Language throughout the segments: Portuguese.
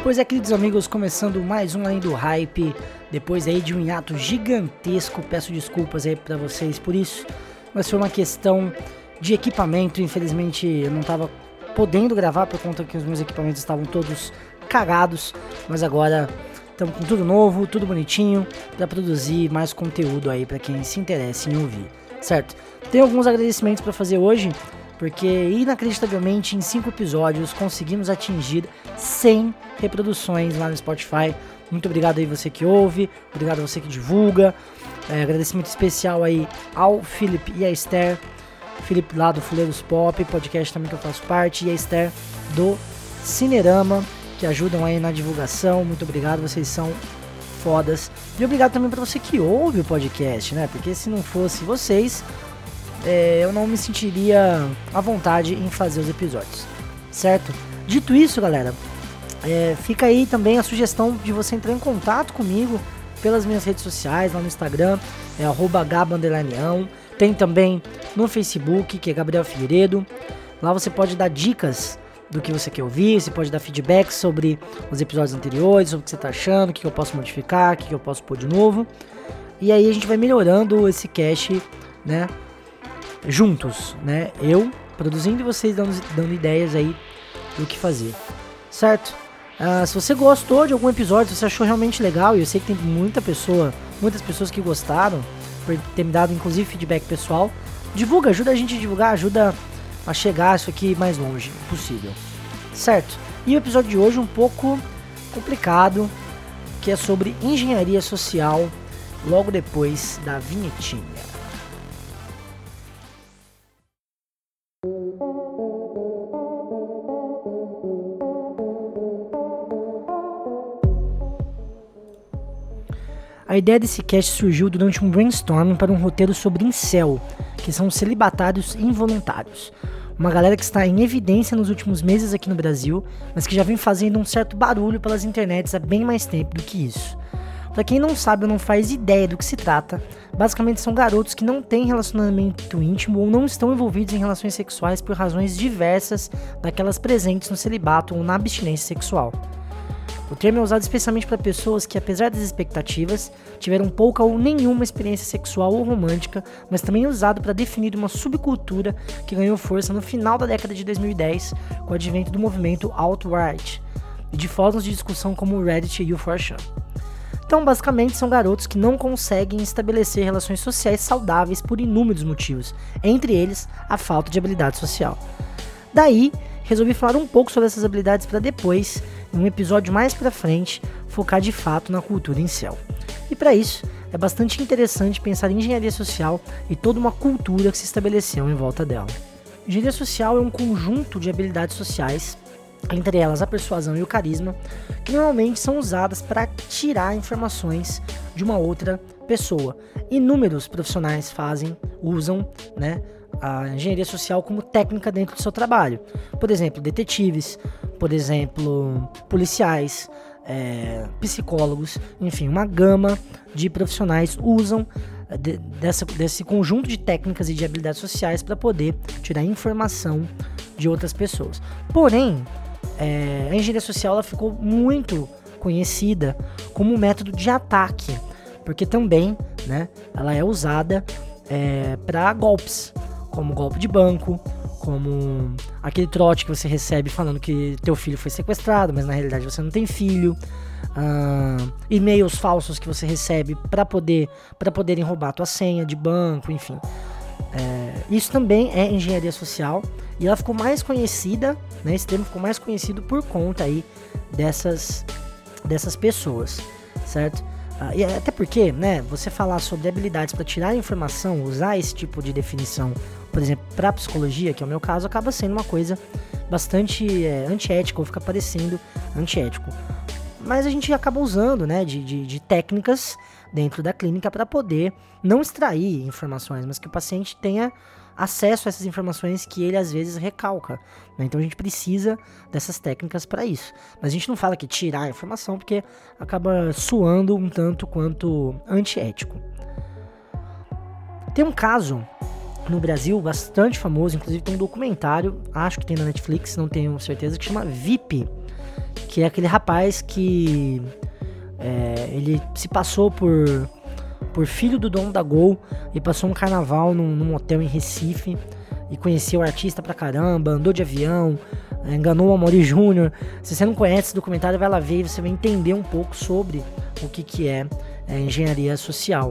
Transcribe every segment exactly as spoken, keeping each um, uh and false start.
Pois é, queridos amigos, começando mais um Além do Hype, depois aí de um hiato gigantesco, peço desculpas aí pra vocês por isso, mas foi uma questão de equipamento, infelizmente eu não tava podendo gravar por conta que os meus equipamentos estavam todos cagados, mas agora estamos com tudo novo, tudo bonitinho, pra produzir mais conteúdo aí pra quem se interessa em ouvir, certo? Tem alguns agradecimentos pra fazer hoje, porque inacreditavelmente em cinco episódios conseguimos atingir cem reproduções lá no Spotify. Muito obrigado aí você que ouve, obrigado a você que divulga, é, agradecimento especial aí ao Felipe e a Esther, Felipe lá do Fuleiros Pop, podcast também que eu faço parte, e a Esther do Cinerama, que ajudam aí na divulgação. Muito obrigado, vocês são fodas. E obrigado também para você que ouve o podcast, né, porque se não fosse vocês, É, eu não me sentiria à vontade em fazer os episódios, certo? Dito isso, galera, é, fica aí também a sugestão de você entrar em contato comigo pelas minhas redes sociais, lá no Instagram, é arroba gaba underline ão, tem também no Facebook, que é Gabriel Figueiredo. Lá você pode dar dicas do que você quer ouvir, você pode dar feedback sobre os episódios anteriores, sobre o que você está achando, o que eu posso modificar, o que eu posso pôr de novo. E aí a gente vai melhorando esse cast, né? Juntos, né? Eu produzindo e vocês dando, dando ideias aí do que fazer, certo? Uh, se você gostou de algum episódio, se você achou realmente legal, e eu sei que tem muita pessoa, muitas pessoas que gostaram, por ter me dado inclusive feedback pessoal, divulga, ajuda a gente a divulgar, ajuda a chegar isso aqui mais longe possível, certo? E o episódio de hoje é um pouco complicado, que é sobre engenharia social, logo depois da vinhetinha. A ideia desse cast surgiu durante um brainstorming para um roteiro sobre incel, que são celibatários involuntários. Uma galera que está em evidência nos últimos meses aqui no Brasil, mas que já vem fazendo um certo barulho pelas internets há bem mais tempo do que isso. Para quem não sabe ou não faz ideia do que se trata, basicamente são garotos que não têm relacionamento íntimo ou não estão envolvidos em relações sexuais por razões diversas daquelas presentes no celibato ou na abstinência sexual. O termo é usado especialmente para pessoas que, apesar das expectativas, tiveram pouca ou nenhuma experiência sexual ou romântica, mas também é usado para definir uma subcultura que ganhou força no final da década de dois mil e dez, com o advento do movimento alt-right, e de fóruns de discussão como o Reddit e o four chan. Então, basicamente, são garotos que não conseguem estabelecer relações sociais saudáveis por inúmeros motivos, entre eles a falta de habilidade social. Daí, resolvi falar um pouco sobre essas habilidades para depois, em um episódio mais pra frente, focar de fato na cultura incel. E para isso, é bastante interessante pensar em engenharia social e toda uma cultura que se estabeleceu em volta dela. Engenharia social é um conjunto de habilidades sociais, entre elas a persuasão e o carisma, que normalmente são usadas para tirar informações de uma outra pessoa. Inúmeros profissionais fazem, usam, né, a engenharia social como técnica dentro do seu trabalho. Por exemplo, detetives, por exemplo, policiais, é, psicólogos, enfim, uma gama de profissionais usam de, dessa, desse conjunto de técnicas e de habilidades sociais para poder tirar informação de outras pessoas. Porém, é, a engenharia social ela ficou muito conhecida como um método de ataque, porque também, né, ela é usada é, para golpes, como golpe de banco, como aquele trote que você recebe falando que teu filho foi sequestrado, mas na realidade você não tem filho, uh, e-mails falsos que você recebe para poder, para poderem roubar tua senha de banco, enfim. É, isso também é engenharia social e ela ficou mais conhecida, né, esse termo ficou mais conhecido por conta aí dessas, dessas pessoas, certo? Uh, e até porque, né, você falar sobre habilidades para tirar informação, usar esse tipo de definição, por exemplo, para psicologia, que é o meu caso, acaba sendo uma coisa bastante é, antiética, ou fica parecendo antiético. Mas a gente acaba usando, né, de, de, de técnicas dentro da clínica para poder não extrair informações, mas que o paciente tenha acesso a essas informações que ele às vezes recalca, né? Então a gente precisa dessas técnicas para isso. Mas a gente não fala que tirar a informação, porque acaba soando um tanto quanto antiético. Tem um caso no Brasil bastante famoso, inclusive tem um documentário, acho que tem na Netflix, não tenho certeza, que chama V I P, que é aquele rapaz que é, ele se passou por, por filho do dono da Gol e passou um carnaval num, num hotel em Recife e conheceu o artista pra caramba, andou de avião, enganou o Amaury Júnior. Se você não conhece esse documentário, vai lá ver e você vai entender um pouco sobre o que, que é, é engenharia social.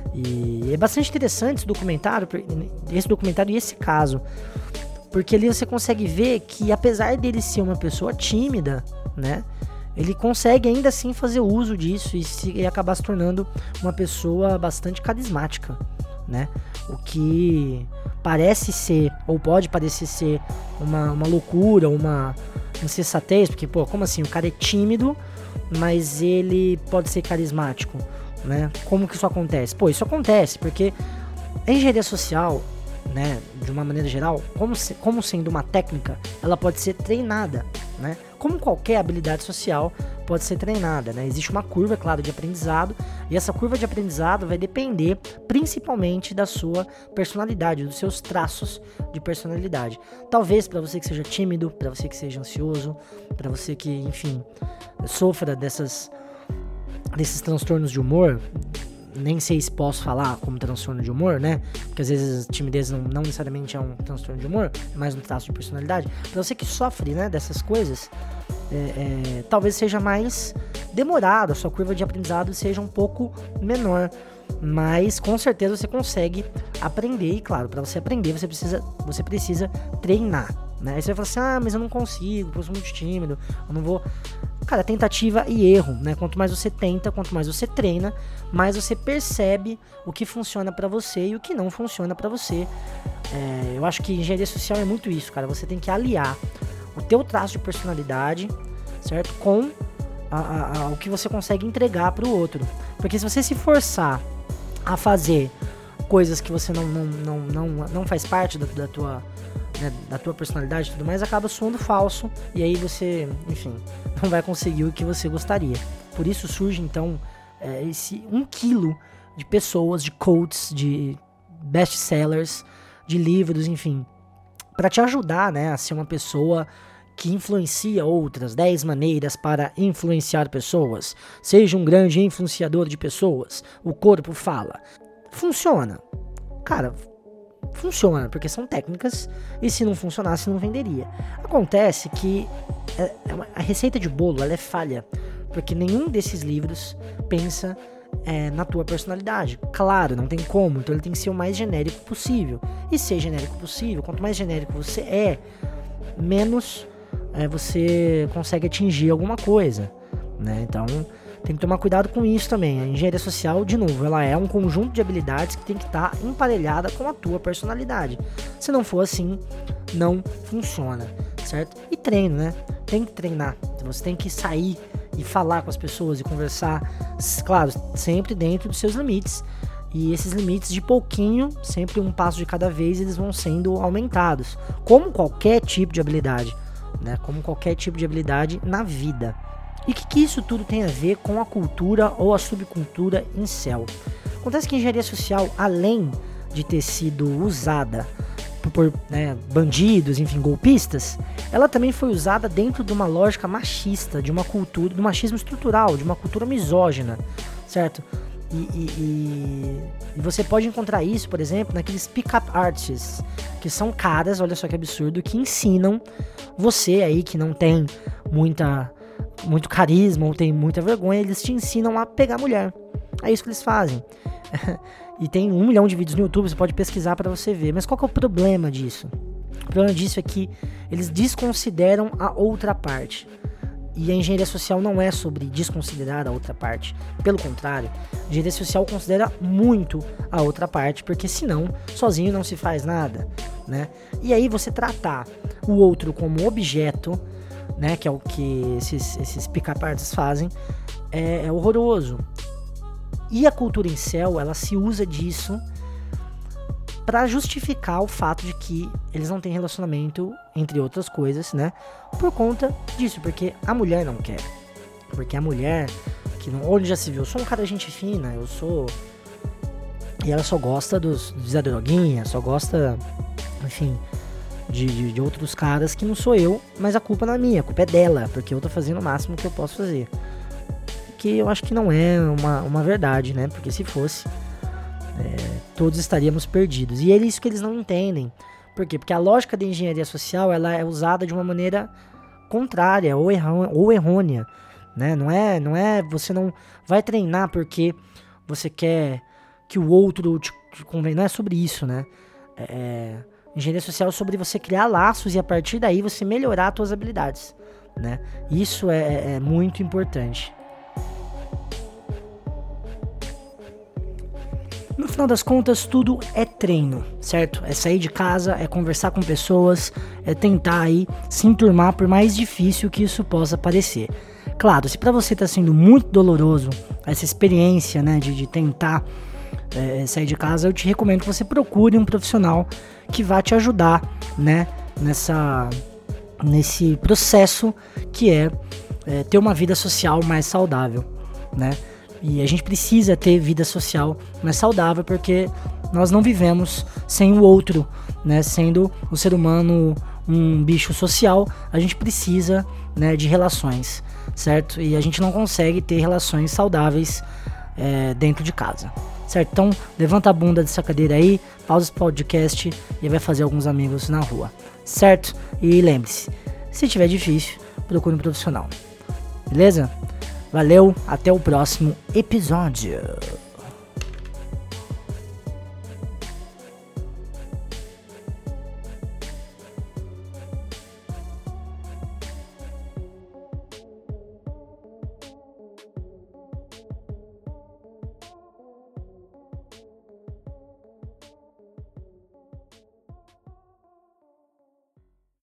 E é bastante interessante esse documentário, esse documentário e esse caso, porque ali você consegue ver que, apesar dele ser uma pessoa tímida, né, ele consegue ainda assim fazer uso disso e, se, e acabar se tornando uma pessoa bastante carismática, né? O que parece ser, ou pode parecer ser, uma, uma loucura, uma insensatez, porque, pô, como assim? O cara é tímido, mas ele pode ser carismático, né? Como que isso acontece? Pô, isso acontece porque a engenharia social, né, de uma maneira geral, como, se, como sendo uma técnica, ela pode ser treinada, né? Como qualquer habilidade social pode ser treinada, né? Existe uma curva, claro, de aprendizado, e essa curva de aprendizado vai depender principalmente da sua personalidade, dos seus traços de personalidade. Talvez para você que seja tímido, para você que seja ansioso, para você que, enfim, sofra dessas, desses transtornos de humor. Nem sei se posso falar como transtorno de humor, né? Porque às vezes timidez não, não necessariamente é um transtorno de humor, é mais um traço de personalidade. Pra você que sofre, né, dessas coisas, é, é, talvez seja mais demorado, a sua curva de aprendizado seja um pouco menor. Mas com certeza você consegue aprender. E claro, para você aprender você precisa, você precisa treinar, né? Aí você vai falar assim, ah, mas eu não consigo, eu sou muito tímido, eu não vou... Cara, tentativa e erro, né? Quanto mais você tenta, quanto mais você treina, mais você percebe o que funciona pra você e o que não funciona pra você. É, eu acho que engenharia social é muito isso, cara. Você tem que aliar o teu traço de personalidade, certo? Com a, a, a, o que você consegue entregar pro outro. Porque se você se forçar a fazer coisas que você não, não, não, não, não faz parte da, da tua... Né, da tua personalidade e tudo mais, acaba soando falso, e aí você, enfim, não vai conseguir o que você gostaria. Por isso surge então é, esse um quilo de pessoas, de coaches, de best-sellers, de livros, enfim, para te ajudar, né, a ser uma pessoa que influencia outras. dez maneiras para influenciar pessoas. Seja um grande influenciador de pessoas. O corpo fala. Funciona. Cara, funciona, porque são técnicas, e se não funcionasse, não venderia. Acontece que a receita de bolo, ela é falha, porque nenhum desses livros pensa é, na tua personalidade. Claro, não tem como, então ele tem que ser o mais genérico possível. E ser genérico possível, quanto mais genérico você é, menos é, você consegue atingir alguma coisa, né? Então tem que tomar cuidado com isso também. A engenharia social, de novo, ela é um conjunto de habilidades que tem que estar emparelhada com a tua personalidade. Se não for assim, não funciona, certo? E treino, né? Tem que treinar. Você tem que sair e falar com as pessoas e conversar, claro, sempre dentro dos seus limites. E esses limites, de pouquinho, sempre um passo de cada vez, eles vão sendo aumentados. Como qualquer tipo de habilidade, né? Como qualquer tipo de habilidade na vida. E o que, que isso tudo tem a ver com a cultura ou a subcultura incel? Acontece que a engenharia social, além de ter sido usada por né, bandidos, enfim, golpistas, ela também foi usada dentro de uma lógica machista, de uma cultura, do machismo estrutural, de uma cultura misógina, certo? E, e, e, e você pode encontrar isso, por exemplo, naqueles pick-up artists, que são caras, olha só que absurdo, que ensinam você aí que não tem muita... muito carisma ou tem muita vergonha, eles te ensinam a pegar mulher. É isso que eles fazem. E tem um milhão de vídeos no YouTube, você pode pesquisar para você ver. Mas qual que é o problema disso? O problema disso é que eles desconsideram a outra parte. E a engenharia social não é sobre desconsiderar a outra parte. Pelo contrário, a engenharia social considera muito a outra parte, porque senão, sozinho não se faz nada, né? E aí você tratar o outro como objeto, né, que é o que esses, esses pick-up artists fazem, é, é horroroso. E a cultura incel, ela se usa disso para justificar o fato de que eles não têm relacionamento, entre outras coisas, né, por conta disso, porque a mulher não quer. Porque a mulher, que não, onde já se viu, eu sou um cara de gente fina, eu sou... E ela só gosta dos, dos Zé Droguinha, só gosta, enfim... de, de, de outros caras que não sou eu, mas a culpa não é minha, a culpa é dela, porque eu tô fazendo o máximo que eu posso fazer. Que eu acho que não é uma, uma verdade, né? Porque se fosse, é, todos estaríamos perdidos. E é isso que eles não entendem. Por quê? Porque a lógica da engenharia social, ela é usada de uma maneira contrária ou, errô- ou errônea, né? Não é, não é, você não vai treinar porque você quer que o outro te, te convenha. Não é sobre isso, né? É, engenharia social é sobre você criar laços e a partir daí você melhorar as suas habilidades, né? Isso é, é muito importante. No final das contas, tudo é treino, certo? É sair de casa, é conversar com pessoas, é tentar aí se enturmar, por mais difícil que isso possa parecer. Claro, se pra você tá sendo muito doloroso essa experiência, né, de, de tentar é, sair de casa, eu te recomendo que você procure um profissional que vá te ajudar, né, nessa, nesse processo que é, é ter uma vida social mais saudável, né? E a gente precisa ter vida social mais saudável porque nós não vivemos sem o outro, né? Sendo o ser humano um bicho social, a gente precisa, né, de relações, certo? E a gente não consegue ter relações saudáveis é, dentro de casa, certo? Então, levanta a bunda dessa cadeira aí, pausa esse podcast e vai fazer alguns amigos na rua, certo? E lembre-se, se tiver difícil, procure um profissional, beleza? Valeu, até o próximo episódio.